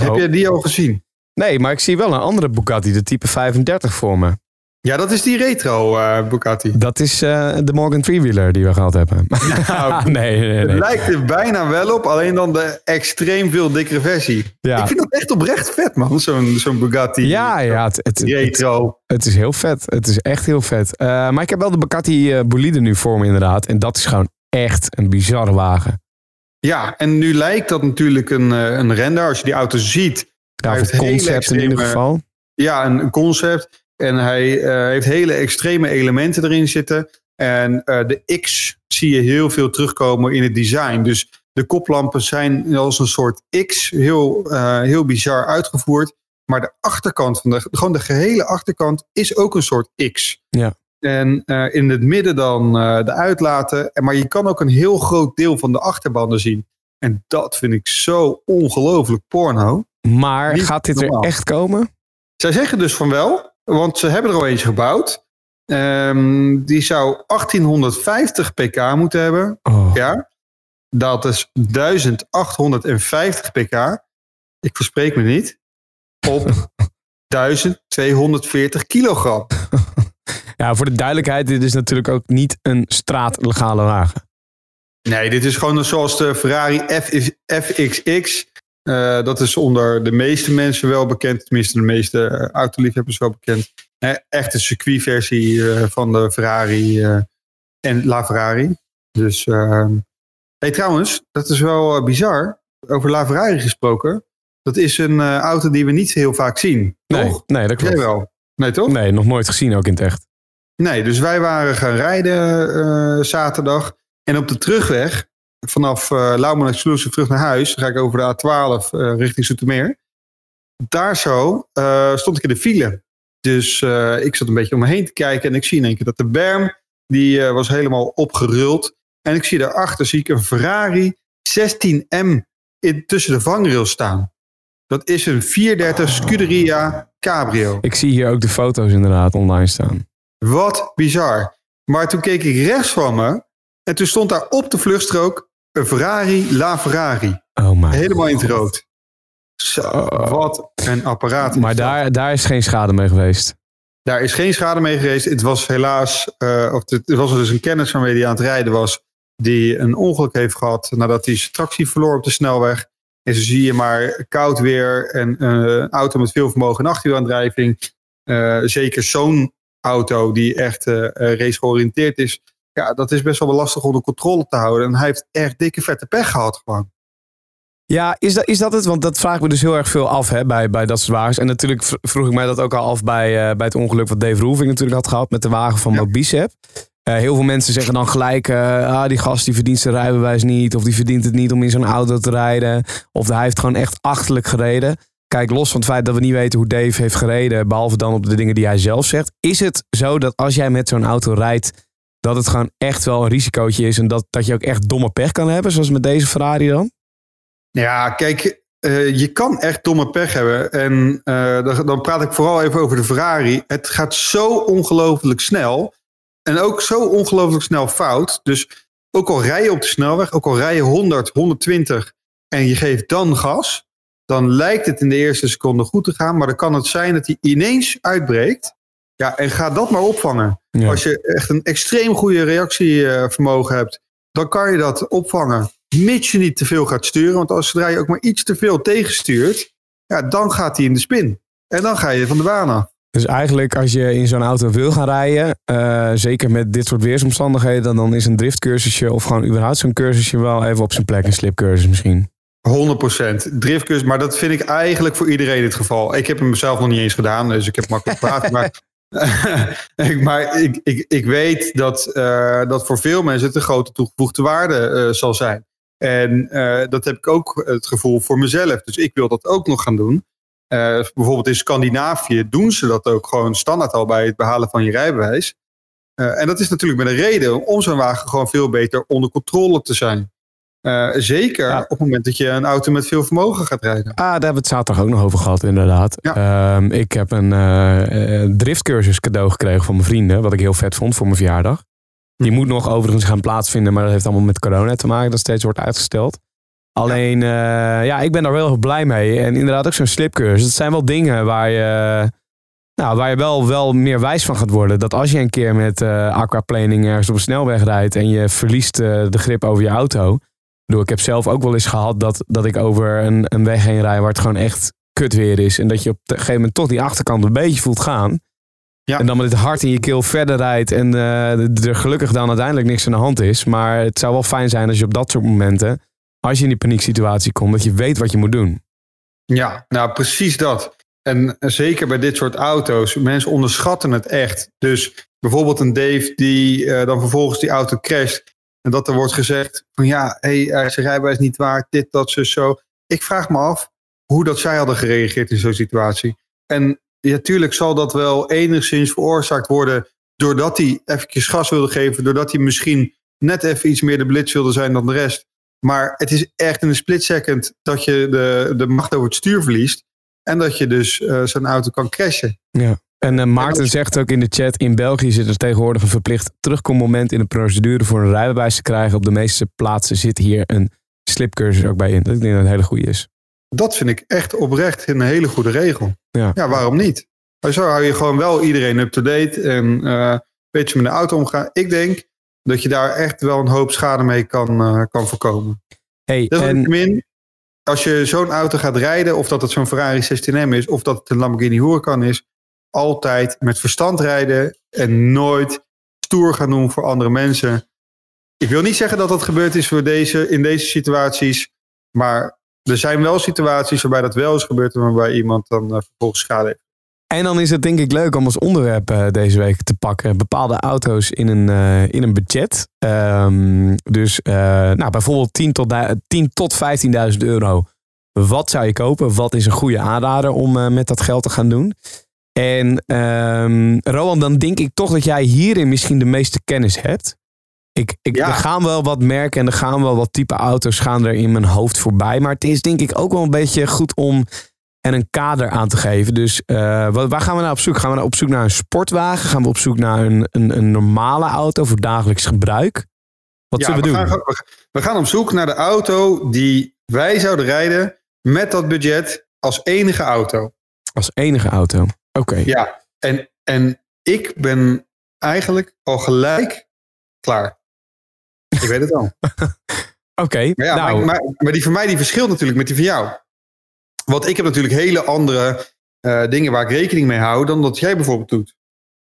Heb je die al gezien? Nee, maar ik zie wel een andere Bugatti, de type 35 voor me. Ja, dat is die retro Bugatti. Dat is de Morgan Freewheeler die we gehad hebben. Nee. Het lijkt er bijna wel op, alleen dan de extreem veel dikkere versie. Ja. Ik vind dat echt oprecht vet, man. Zo'n Bugatti. Ja, retro. Het is heel vet. Het is echt heel vet. Maar ik heb wel de Bugatti Bolide nu voor me inderdaad. En dat is gewoon echt een bizarre wagen. Ja, en nu lijkt dat natuurlijk een render. Als je die auto ziet. Ja, of een concept in ieder geval. Ja, een concept. En hij heeft hele extreme elementen erin zitten. En de X zie je heel veel terugkomen in het design. Dus de koplampen zijn als een soort X. Heel bizar uitgevoerd. Maar de achterkant, gewoon de gehele achterkant, is ook een soort X. Ja. En in het midden dan de uitlaten. Maar je kan ook een heel groot deel van de achterbanden zien. En dat vind ik zo ongelooflijk porno. Maar gaat dit er echt komen? Zij zeggen dus van wel. Want ze hebben er al eentje gebouwd. Die zou 1850 pk moeten hebben. Oh. Ja. Dat is 1850 pk. Ik verspreek me niet. Op 1240 kilogram. Ja, voor de duidelijkheid, dit is natuurlijk ook niet een straatlegale wagen. Nee, dit is gewoon zoals de Ferrari FXX. Dat is onder de meeste mensen wel bekend. Tenminste, de meeste autoliefhebbers wel bekend. Echt een circuitversie van de Ferrari en LaFerrari. Dus, trouwens, dat is wel bizar. Over LaFerrari gesproken. Dat is een auto die we niet heel vaak zien. Toch? Nee, dat klopt. Jij wel? Nee, toch? Nee, nog nooit gezien ook in het echt. Nee, dus wij waren gaan rijden zaterdag. En op de terugweg, vanaf Lauwman Exclusive terug naar huis, ga ik over de A12 richting Zoetermeer. Daar zo stond ik in de file. Dus ik zat een beetje om me heen te kijken en ik zie in één keer dat de berm, die was helemaal opgeruld. En ik zie daarachter een Ferrari 16M tussen de vangrails staan. Dat is een 430 Scuderia Cabrio. Ik zie hier ook de foto's inderdaad online staan. Wat bizar. Maar toen keek ik rechts van me en toen stond daar op de vluchtstrook een Ferrari LaFerrari. Oh my helemaal in het rood. Zo, wat een apparaat. Maar daar is geen schade mee geweest? Daar is geen schade mee geweest. Het was helaas, het was dus een kennis waarmee die aan het rijden was, die een ongeluk heeft gehad nadat hij zijn tractie verloor op de snelweg. En zo zie je maar koud weer en een auto met veel vermogen en achterwielaandrijving. Zeker zo'n auto die echt race georiënteerd is. Ja, dat is best wel lastig onder controle te houden. En hij heeft echt dikke vette pech gehad gewoon. Ja, is dat het? Want dat vraag ik me dus heel erg veel af bij dat soort wagens. En natuurlijk vroeg ik mij dat ook al af bij het ongeluk wat Dave Roelvink natuurlijk had gehad met de wagen van Mobicep. Heel veel mensen zeggen dan gelijk, die gast die verdient zijn rijbewijs niet. Of die verdient het niet om in zo'n auto te rijden. Of hij heeft gewoon echt achterlijk gereden. Kijk, los van het feit dat we niet weten hoe Dave heeft gereden, behalve dan op de dingen die hij zelf zegt. Is het zo dat als jij met zo'n auto rijdt, dat het gewoon echt wel een risicootje is en dat je ook echt domme pech kan hebben, zoals met deze Ferrari dan? Ja, kijk, je kan echt domme pech hebben. En dan praat ik vooral even over de Ferrari. Het gaat zo ongelooflijk snel. En ook zo ongelooflijk snel fout. Dus ook al rij je op de snelweg, ook al rij je 100, 120 en je geeft dan gas, dan lijkt het in de eerste seconde goed te gaan. Maar dan kan het zijn dat hij ineens uitbreekt. Ja, en ga dat maar opvangen. Ja. Als je echt een extreem goede reactievermogen hebt, dan kan je dat opvangen. Mits je niet te veel gaat sturen. Want zodra je ook maar iets te veel tegenstuurt, ja, dan gaat hij in de spin. En dan ga je van de baan af. Dus eigenlijk als je in zo'n auto wil gaan rijden, zeker met dit soort weersomstandigheden, dan is een driftcursusje of gewoon überhaupt zo'n cursusje wel even op zijn plek. Een slipcursus misschien. 100% driftcursus, maar dat vind ik eigenlijk voor iedereen het geval. Ik heb hem zelf nog niet eens gedaan, dus ik heb makkelijk praten. Maar ik weet dat voor veel mensen het een grote toegevoegde waarde zal zijn. En dat heb ik ook het gevoel voor mezelf. Dus ik wil dat ook nog gaan doen. Bijvoorbeeld in Scandinavië doen ze dat ook gewoon standaard al bij het behalen van je rijbewijs. En dat is natuurlijk met een reden om zo'n wagen gewoon veel beter onder controle te zijn. Zeker op het moment dat je een auto met veel vermogen gaat rijden. Daar hebben we het zaterdag ook nog over gehad, inderdaad. Ja. Ik heb een driftcursus cadeau gekregen van mijn vrienden, wat ik heel vet vond voor mijn verjaardag. Die moet nog overigens gaan plaatsvinden, maar dat heeft allemaal met corona te maken, dat steeds wordt uitgesteld. Alleen, ik ben daar wel heel blij mee. En inderdaad ook zo'n slipcursus. Dat zijn wel dingen waar je wel meer wijs van gaat worden. Dat als je een keer met aquaplaning ergens op een snelweg rijdt en je verliest de grip over je auto. Ik heb zelf ook wel eens gehad dat ik over een weg heen rijd waar het gewoon echt kut weer is. En dat je op een gegeven moment toch die achterkant een beetje voelt gaan. Ja. En dan met het hart in je keel verder rijdt en er gelukkig dan uiteindelijk niks aan de hand is. Maar het zou wel fijn zijn als je op dat soort momenten, als je in die panieksituatie komt, dat je weet wat je moet doen. Ja, nou precies dat. En zeker bij dit soort auto's, mensen onderschatten het echt. Dus bijvoorbeeld een Dave die dan vervolgens die auto crasht. En dat er wordt gezegd van zijn rijbewijs niet waard, dit, dat, zo. Ik vraag me af hoe dat zij hadden gereageerd in zo'n situatie. En natuurlijk zal dat wel enigszins veroorzaakt worden doordat hij eventjes gas wilde geven, doordat hij misschien net even iets meer de blitz wilde zijn dan de rest. Maar het is echt in een split second dat je de macht over het stuur verliest en dat je dus zo'n auto kan crashen. Ja. En Maarten zegt ook in de chat, in België zit er tegenwoordig een verplicht terugkommoment in de procedure voor een rijbewijs te krijgen. Op de meeste plaatsen zit hier een slipcursus ook bij in. Dat ik denk dat het een hele goede is. Dat vind ik echt oprecht een hele goede regel. Ja, waarom niet? Zo hou je gewoon wel iedereen up-to-date en weet je met de auto omgaan. Ik denk dat je daar echt wel een hoop schade mee kan voorkomen. Desalniettemin, als je zo'n auto gaat rijden, of dat het zo'n Ferrari 16M is, of dat het een Lamborghini Huracan is, altijd met verstand rijden en nooit stoer gaan doen voor andere mensen. Ik wil niet zeggen dat dat gebeurd is in deze situaties, maar er zijn wel situaties waarbij dat wel is gebeurd en waarbij iemand dan vervolgens schade heeft. En dan is het denk ik leuk om als onderwerp deze week te pakken bepaalde auto's in een budget. Bijvoorbeeld 10 tot 15.000 euro. Wat zou je kopen? Wat is een goede aanrader om met dat geld te gaan doen? En Roland, dan denk ik toch dat jij hierin misschien de meeste kennis hebt. Er gaan wel wat merken en er gaan wel wat type auto's gaan er in mijn hoofd voorbij. Maar het is denk ik ook wel een beetje goed om er een kader aan te geven. Dus waar gaan we nou op zoek? Gaan we nou op zoek naar een sportwagen? Gaan we op zoek naar een normale auto voor dagelijks gebruik? Wat zullen we doen? We gaan op zoek naar de auto die wij zouden rijden met dat budget als enige auto. Als enige auto, oké. Ja, en ik ben eigenlijk al gelijk klaar. Ik weet het al. Oké. Maar die van mij die verschilt natuurlijk met die van jou. Want ik heb natuurlijk hele andere dingen waar ik rekening mee hou dan dat jij bijvoorbeeld doet.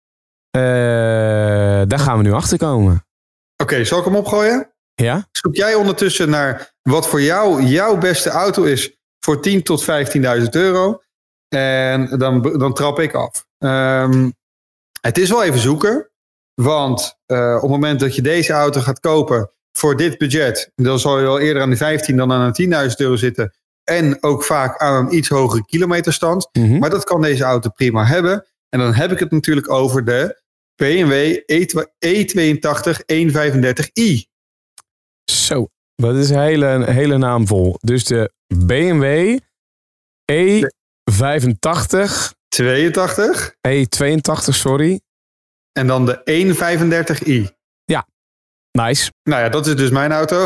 Daar gaan we nu achter komen. Oké, zal ik hem opgooien? Ja. Zoek jij ondertussen naar wat voor jou jouw beste auto is voor 10.000 tot 15.000 euro. En dan trap ik af. Het is wel even zoeken. Want op het moment dat je deze auto gaat kopen voor dit budget, dan zal je wel eerder aan de 15 dan aan de 10.000 euro zitten. En ook vaak aan een iets hogere kilometerstand. Mm-hmm. Maar dat kan deze auto prima hebben. En dan heb ik het natuurlijk over de BMW E82 135i. Zo, dat is een hele naam vol. Dus de BMW E85. 82. E82, sorry. En dan de 135i. Ja, nice. Nou ja, dat is dus mijn auto.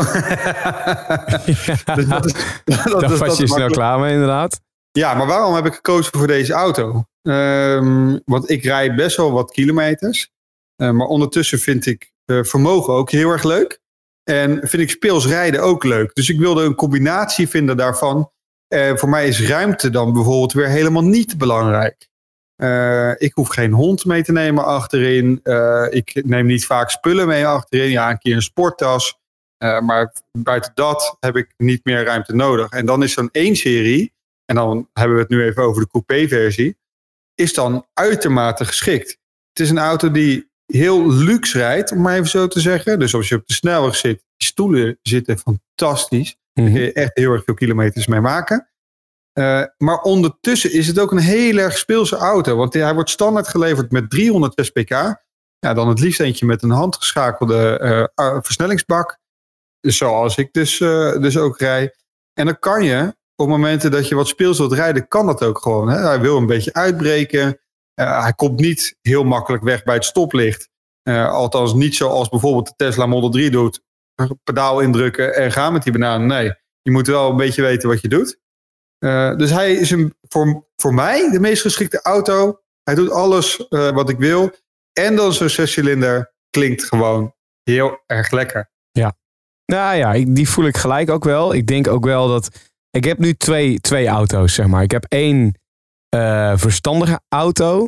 Dus daar was je snel klaar mee, inderdaad. Ja, maar waarom heb ik gekozen voor deze auto? Want ik rijd best wel wat kilometers. Maar ondertussen vind ik vermogen ook heel erg leuk. En vind ik speels rijden ook leuk. Dus ik wilde een combinatie vinden daarvan. Voor mij is ruimte dan bijvoorbeeld weer helemaal niet belangrijk. Ik hoef geen hond mee te nemen achterin. Ik neem niet vaak spullen mee achterin. Ja, een keer een sporttas. Maar buiten dat heb ik niet meer ruimte nodig. En dan is zo'n 1-serie, en dan hebben we het nu even over de coupé-versie, is dan uitermate geschikt. Het is een auto die heel luxe rijdt, om maar even zo te zeggen. Dus als je op de snelweg zit, die stoelen zitten fantastisch. Daar kun je echt heel erg veel kilometers mee maken. Maar ondertussen is het ook een heel erg speelse auto. Want hij wordt standaard geleverd met 306 pk. Ja, dan het liefst eentje met een handgeschakelde versnellingsbak. Zoals ik dus ook rij. En dan kan je, op momenten dat je wat speels wilt rijden, kan dat ook gewoon. Hè? Hij wil een beetje uitbreken. Hij komt niet heel makkelijk weg bij het stoplicht. Althans niet zoals bijvoorbeeld de Tesla Model 3 doet. Pedaal indrukken en gaan met die banaan. Nee, je moet wel een beetje weten wat je doet. Dus hij is voor mij de meest geschikte auto. Hij doet alles wat ik wil. En dan zo'n 6-cilinder klinkt gewoon heel erg lekker. Ja. Nou ja, die voel ik gelijk ook wel. Ik denk ook wel dat... Ik heb nu twee auto's, zeg maar. Ik heb 1 verstandige auto.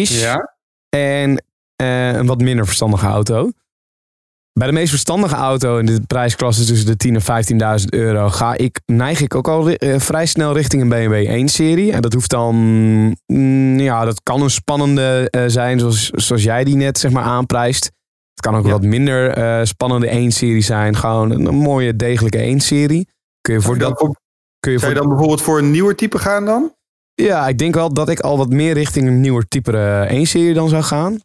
En een wat minder verstandige auto. Bij de meest verstandige auto in de prijsklasse tussen de 10.000 en 15.000 euro neig ik ook al vrij snel richting een BMW 1-serie. En dat hoeft dan, dat kan een spannende zijn zoals jij die net zeg maar aanprijst. Het kan ook een wat minder spannende 1-serie zijn. Gewoon een mooie degelijke 1-serie. Zou je dan bijvoorbeeld voor een nieuwer type gaan dan? Ja, ik denk wel dat ik al wat meer richting een nieuwer type 1-serie dan zou gaan.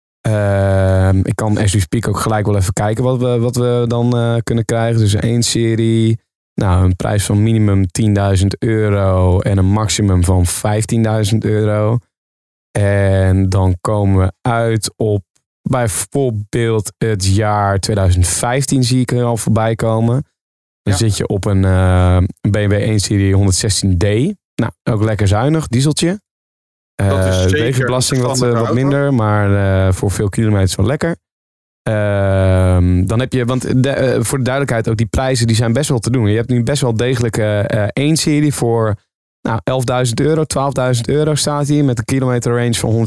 Ik kan as we speak ook gelijk wel even kijken wat we dan kunnen krijgen. Dus een 1-serie, een prijs van minimum 10.000 euro en een maximum van 15.000 euro. En dan komen we uit op bijvoorbeeld het jaar 2015 zie ik er al voorbij komen. Dan zit je op een BMW 1-serie 116D. Nou, ook lekker zuinig, dieseltje. Wegenbelasting wat minder, maar voor veel kilometers wel lekker. Dan heb je, want voor de duidelijkheid ook, die prijzen die zijn best wel te doen. Je hebt nu best wel degelijke 1-serie voor 11.000 euro, 12.000 euro staat hier met een kilometer range van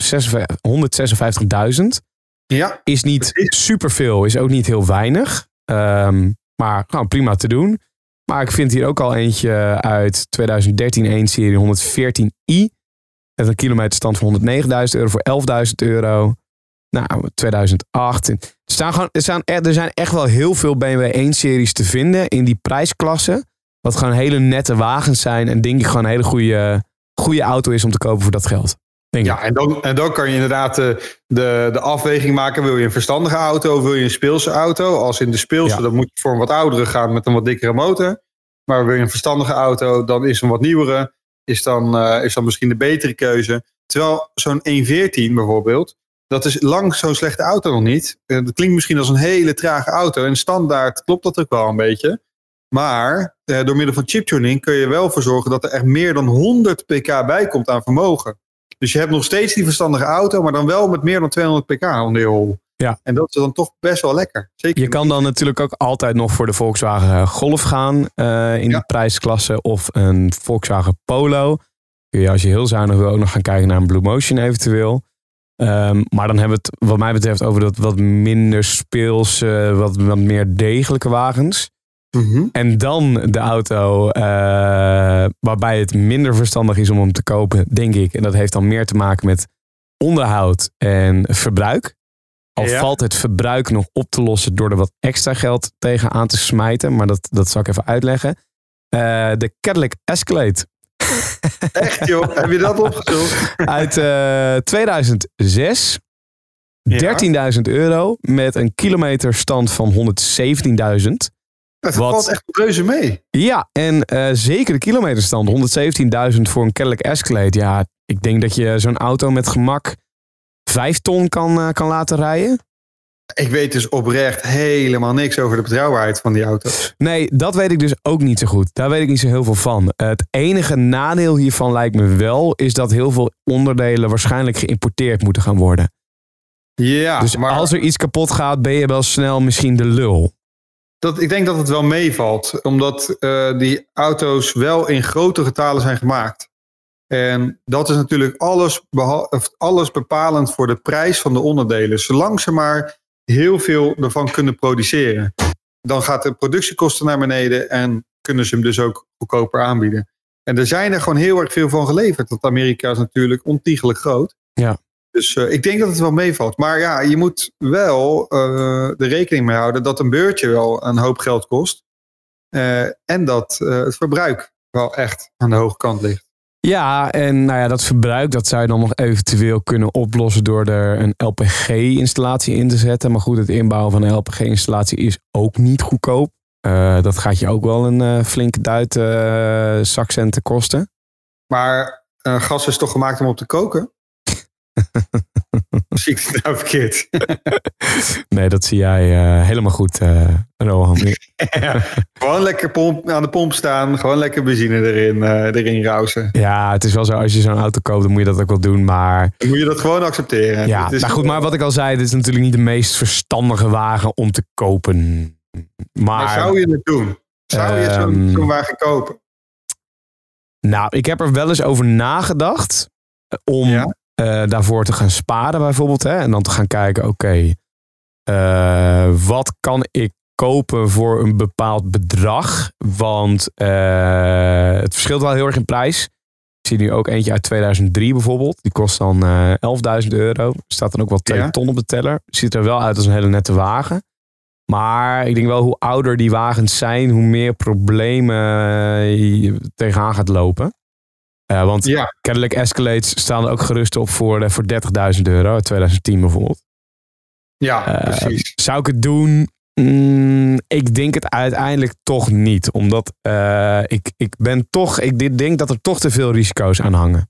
156.000. Ja, is niet superveel, is ook niet heel weinig. Maar gewoon prima te doen. Maar ik vind hier ook al eentje uit 2013 1-serie 114i. Met een kilometerstand van 109.000 euro voor 11.000 euro. 2008. Er zijn echt wel heel veel BMW 1-series te vinden in die prijsklasse. Wat gewoon hele nette wagens zijn. En denk ik gewoon een hele goede auto is om te kopen voor dat geld. En dan kan je inderdaad de afweging maken. Wil je een verstandige auto of wil je een speelse auto? Als in de speelse, dan moet je voor een wat oudere gaan met een wat dikkere motor. Maar wil je een verstandige auto, dan is een wat nieuwere. Is dan misschien de betere keuze. Terwijl zo'n 114 bijvoorbeeld, dat is lang zo'n slechte auto nog niet. Dat klinkt misschien als een hele trage auto. En standaard klopt dat ook wel een beetje. Maar door middel van chiptuning kun je wel voor zorgen dat er echt meer dan 100 pk bij komt aan vermogen. Dus je hebt nog steeds die verstandige auto, maar dan wel met meer dan 200 pk onder je hol. Ja. En dat is dan toch best wel lekker. Zeker. Je kan dan natuurlijk ook altijd nog voor de Volkswagen Golf gaan in die prijsklasse. Of een Volkswagen Polo. Kun je als je heel zuinig wil ook nog gaan kijken naar een Blue Motion eventueel. Maar dan hebben we het wat mij betreft over dat wat minder speelse, wat meer degelijke wagens. Mm-hmm. En dan de auto waarbij het minder verstandig is om hem te kopen, denk ik. En dat heeft dan meer te maken met onderhoud en verbruik. Al valt het verbruik nog op te lossen door er wat extra geld tegenaan te smijten. Maar dat zal ik even uitleggen. De Cadillac Escalade. Echt joh, heb je dat opgezocht? Uit 2006. 13.000 euro met een kilometerstand van 117.000. Het valt echt reuze mee. Ja, en zeker de kilometerstand. 117.000 voor een Cadillac Escalade. Ja, ik denk dat je zo'n auto met gemak 5 ton kan laten rijden. Ik weet dus oprecht helemaal niks over de betrouwbaarheid van die auto's. Nee, dat weet ik dus ook niet zo goed. Daar weet ik niet zo heel veel van. Het enige nadeel hiervan lijkt me wel, is dat heel veel onderdelen waarschijnlijk geïmporteerd moeten gaan worden. Ja, dus maar als er iets kapot gaat, ben je wel snel misschien de lul. Ik denk dat het wel meevalt, omdat die auto's wel in grote getalen zijn gemaakt. En dat is natuurlijk alles bepalend voor de prijs van de onderdelen. Zolang ze maar heel veel ervan kunnen produceren, dan gaat de productiekosten naar beneden en kunnen ze hem dus ook goedkoper aanbieden. En er zijn er gewoon heel erg veel van geleverd, want Amerika is natuurlijk ontiegelijk groot. Ja. Dus ik denk dat het wel meevalt. Maar ja, je moet wel er rekening mee houden dat een beurtje wel een hoop geld kost. En dat het verbruik wel echt aan de hoge kant ligt. Ja, en dat verbruik dat zou je dan nog eventueel kunnen oplossen door er een LPG-installatie in te zetten. Maar goed, het inbouwen van een LPG-installatie is ook niet goedkoop. Dat gaat je ook wel een flinke duit zakcenten kosten. Maar gas is toch gemaakt om op te koken? Zie ik het nou verkeerd? Nee, dat zie jij helemaal goed, Rohan. Ja. Gewoon lekker aan de pomp staan. Gewoon lekker benzine erin rausen. Ja, het is wel zo. Als je zo'n auto koopt, dan moet je dat ook wel doen. Maar Dan moet je dat gewoon accepteren. ja, nou goed. Maar wat ik al zei, dit is natuurlijk niet de meest verstandige wagen om te kopen. Maar zou je het doen? Zou je zo'n wagen kopen? Nou, ik heb er wel eens over nagedacht om daarvoor te gaan sparen bijvoorbeeld. Hè? En dan te gaan kijken, oké, wat kan ik kopen voor een bepaald bedrag? Want het verschilt wel heel erg in prijs. Ik zie nu ook eentje uit 2003 bijvoorbeeld. Die kost dan €11.000. Er staat dan ook wel 2 ton op de teller. Ziet er wel uit als een hele nette wagen. Maar ik denk wel hoe ouder die wagens zijn, hoe meer problemen je tegenaan gaat lopen. Want Cadillac Escalades staan er ook gerust op voor €30.000 uit 2010 bijvoorbeeld. Ja, precies. Zou ik het doen? Ik denk het uiteindelijk toch niet. Omdat ik denk dat er toch te veel risico's aan hangen.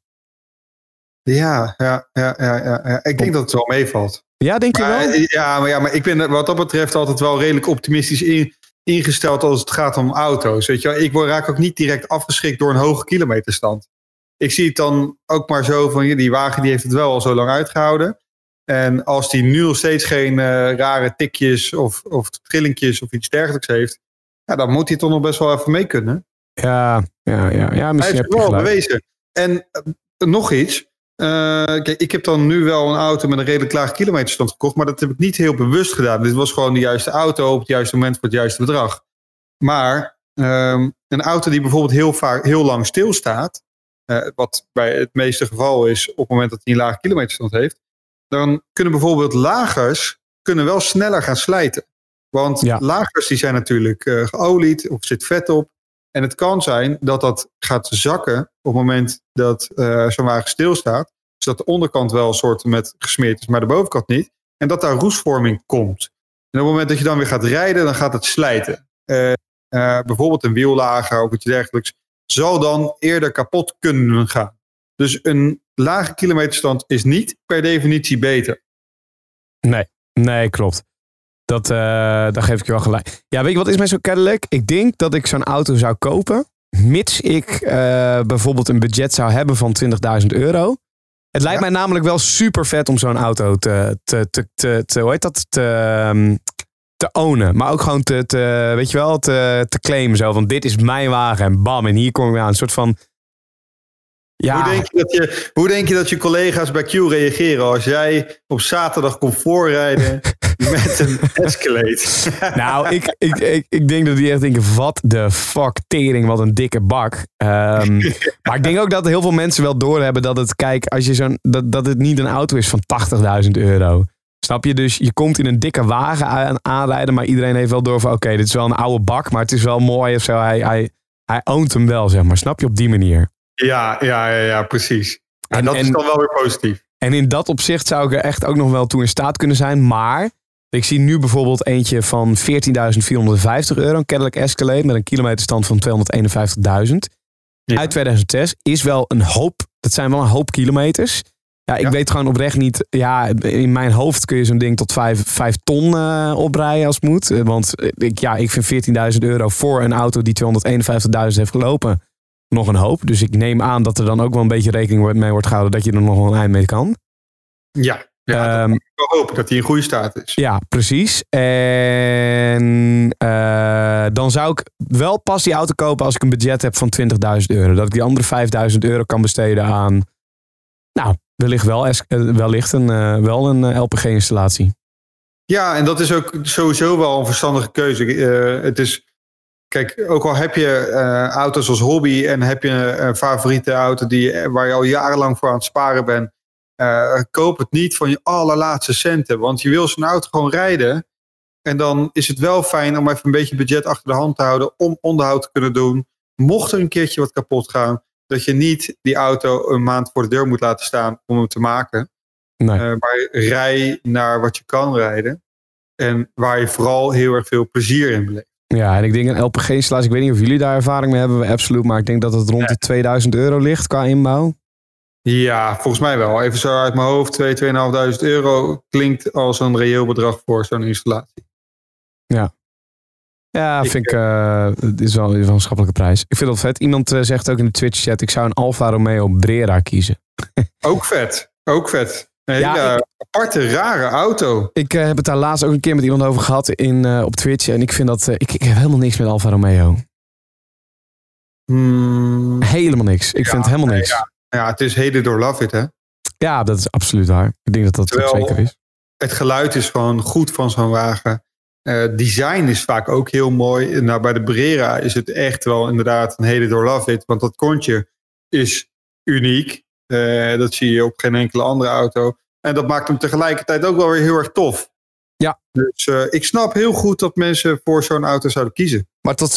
Ja. Ik denk dat het wel meevalt. Ja, denk je wel? Maar ik ben wat dat betreft altijd wel redelijk optimistisch ingesteld als het gaat om auto's. Weet je wel? Ik raak ook niet direct afgeschrikt door een hoge kilometerstand. Ik zie het dan ook maar zo van, die wagen die heeft het wel al zo lang uitgehouden. En als die nu nog steeds geen rare tikjes of trillingjes of iets dergelijks heeft, dan moet hij toch nog best wel even mee kunnen. Ja, misschien hij heeft het wel bewezen. En nog iets. Kijk, ik heb dan nu wel een auto met een redelijk lage kilometerstand gekocht, maar dat heb ik niet heel bewust gedaan. Dit was gewoon de juiste auto op het juiste moment voor het juiste bedrag. Maar een auto die bijvoorbeeld heel lang stilstaat, wat bij het meeste geval is op het moment dat hij een lage kilometerstand heeft, dan kunnen bijvoorbeeld lagers wel sneller gaan slijten. Want lagers die zijn natuurlijk geolied of zit vet op. En het kan zijn dat dat gaat zakken op het moment dat zo'n wagen stilstaat. Dus dat de onderkant wel een soort met gesmeerd is, maar de bovenkant niet. En dat daar roestvorming komt. En op het moment dat je dan weer gaat rijden, dan gaat het slijten. Bijvoorbeeld een wiellager of iets dergelijks zal dan eerder kapot kunnen gaan. Dus een lage kilometerstand is niet per definitie beter. Nee, klopt. Daar geef ik je wel gelijk. Ja, weet je wat is met zo'n Cadillac? Ik denk dat ik zo'n auto zou kopen, mits ik bijvoorbeeld een budget zou hebben van €20.000. Het lijkt mij namelijk wel super vet om zo'n auto te ownen. Maar ook gewoon te claimen zo. Want dit is mijn wagen en bam, en hier kom ik aan. Een soort van... Ja. Hoe denk je dat je collega's bij Q reageren als jij op zaterdag komt voorrijden met een Escalade? Nou, ik denk dat die echt denken, wat de fuck, tering, wat een dikke bak. Maar ik denk ook dat heel veel mensen wel doorhebben dat het, kijk, als je dat het niet een auto is van €80.000. Snap je? Dus je komt in een dikke wagen aanrijden, maar iedereen heeft wel door van, oké, dit is wel een oude bak, maar het is wel mooi of zo. Hij ownt hem wel, zeg maar. Snap je, op die manier? Ja, precies. En dat is dan wel weer positief. En in dat opzicht zou ik er echt ook nog wel toe in staat kunnen zijn. Maar ik zie nu bijvoorbeeld eentje van €14.450. Een Cadillac Escalade met een kilometerstand van 251.000. Uit 2006 is wel een hoop. Dat zijn wel een hoop kilometers. Ja, ik weet gewoon oprecht niet. Ja, in mijn hoofd kun je zo'n ding tot 5 ton oprijden als het moet. Want ik vind €14.000 voor een auto die 251.000 heeft gelopen nog een hoop. Dus ik neem aan dat er dan ook wel een beetje rekening mee wordt gehouden dat je er nog wel een eind mee kan. Ja, dat moet ik wel hopen dat hij in goede staat is. Ja, precies. En dan zou ik wel pas die auto kopen als ik een budget heb van €20.000. Dat ik die andere €5.000 kan besteden aan, nou, wellicht wel een LPG-installatie. Ja, en dat is ook sowieso wel een verstandige keuze. Het is... Kijk, ook al heb je auto's als hobby en heb je een favoriete auto waar je al jarenlang voor aan het sparen bent, koop het niet van je allerlaatste centen. Want je wil zo'n auto gewoon rijden. En dan is het wel fijn om even een beetje budget achter de hand te houden om onderhoud te kunnen doen. Mocht er een keertje wat kapot gaan, dat je niet die auto een maand voor de deur moet laten staan om hem te maken. Nee. Maar rij naar wat je kan rijden. En waar je vooral heel erg veel plezier in beleeft. Ja, en ik denk een LPG-installatie, ik weet niet of jullie daar ervaring mee hebben, absoluut, maar ik denk dat het rond de €2.000 ligt qua inbouw. Ja, volgens mij wel. Even zo uit mijn hoofd, €2.500 klinkt als een reëel bedrag voor zo'n installatie. Ja. Ja, vind ik... Het is wel een schappelijke prijs. Ik vind dat vet. Iemand zegt ook in de Twitch-chat... ik zou een Alfa Romeo Brera kiezen. Ook vet. Een hele aparte, rare auto. Ik heb het daar laatst ook een keer met iemand over gehad op Twitch. En ik vind dat... Ik heb helemaal niks met Alfa Romeo. Helemaal niks. Ik vind helemaal niks. Ja, het is Hate It or Love It, hè? Ja, dat is absoluut waar. Ik denk dat ook zeker is. Het geluid is gewoon goed van zo'n wagen. Design is vaak ook heel mooi. Nou, bij de Brera is het echt wel inderdaad een Hate It or Love It. Want dat kontje is uniek. Dat zie je op geen enkele andere auto. En dat maakt hem tegelijkertijd ook wel weer heel erg tof. Ja. Dus ik snap heel goed dat mensen voor zo'n auto zouden kiezen. Maar tot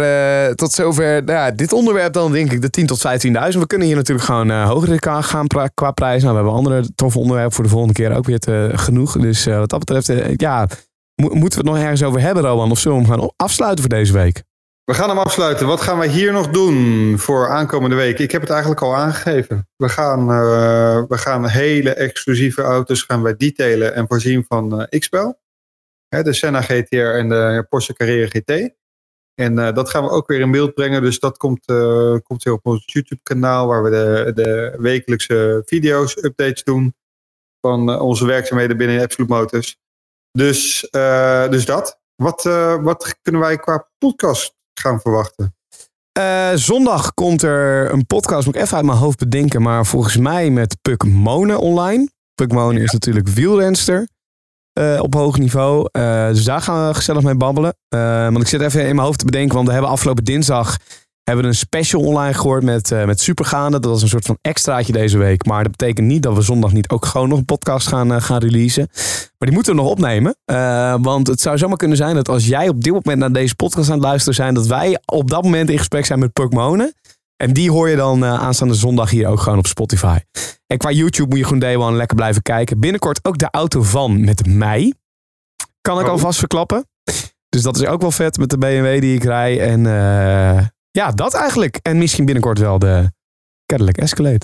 zover dit onderwerp dan denk ik de 10.000 tot 15.000. We kunnen hier natuurlijk gewoon hoger gaan qua prijs. Nou, we hebben andere toffe onderwerpen voor de volgende keer ook weer genoeg. Dus wat dat betreft, moeten we het nog ergens over hebben, Rowan? Of zullen we hem gaan afsluiten voor deze week? We gaan hem afsluiten. Wat gaan wij hier nog doen voor aankomende week? Ik heb het eigenlijk al aangegeven. We gaan hele exclusieve auto's gaan wij detailen en voorzien van X-Pel. De Senna GTR en de Porsche Carrera GT. En dat gaan we ook weer in beeld brengen. Dus dat komt weer op ons YouTube kanaal. Waar we de wekelijkse video's, updates doen. Van onze werkzaamheden binnen Absolute Motors. Dus dat. Wat kunnen wij qua podcast gaan verwachten? Zondag komt er een podcast. Moet ik even uit mijn hoofd bedenken. Maar volgens mij met Puk Mone online. Puk Mone is natuurlijk wielrenster. Op hoog niveau. Dus daar gaan we gezellig mee babbelen. Want ik zit even in mijn hoofd te bedenken. Want we hebben afgelopen dinsdag een special online gehoord met Supergaande. Dat was een soort van extraatje deze week. Maar dat betekent niet dat we zondag niet ook gewoon nog een podcast gaan releasen. Maar die moeten we nog opnemen. Want het zou zomaar kunnen zijn dat als jij op dit moment naar deze podcast aan het luisteren zijn, dat wij op dat moment in gesprek zijn met Puk Mone. En die hoor je dan aanstaande zondag hier ook gewoon op Spotify. En qua YouTube moet je gewoon Day One lekker blijven kijken. Binnenkort ook de auto van met mij. Kan ik alvast verklappen. Dus dat is ook wel vet met de BMW die ik rij. En dat eigenlijk. En misschien binnenkort wel de Cadillac Escalade.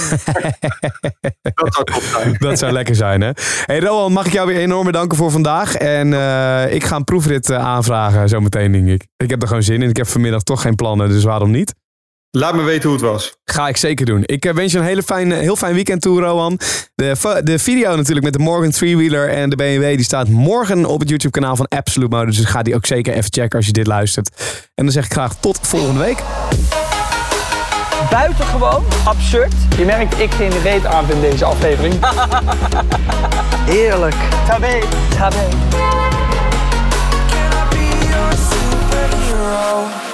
Dat zou top zijn. Dat zou lekker zijn, hè? Hey Rowan, mag ik jou weer enorm bedanken voor vandaag. En ik ga een proefrit aanvragen zometeen, denk ik. Ik heb er gewoon zin in. Ik heb vanmiddag toch geen plannen, dus waarom niet? Laat me weten hoe het was. Ga ik zeker doen. Ik wens je een heel fijn weekend toe, Rowan. De video natuurlijk met de Morgan 3-wheeler en de BMW... die staat morgen op het YouTube-kanaal van Absolute Motors. Dus ga die ook zeker even checken als je dit luistert. En dan zeg ik graag tot volgende week. Buitengewoon absurd. Je merkt, ik geen reet aan in deze aflevering. Heerlijk. Tabé. Tabé. Can I be your superhero?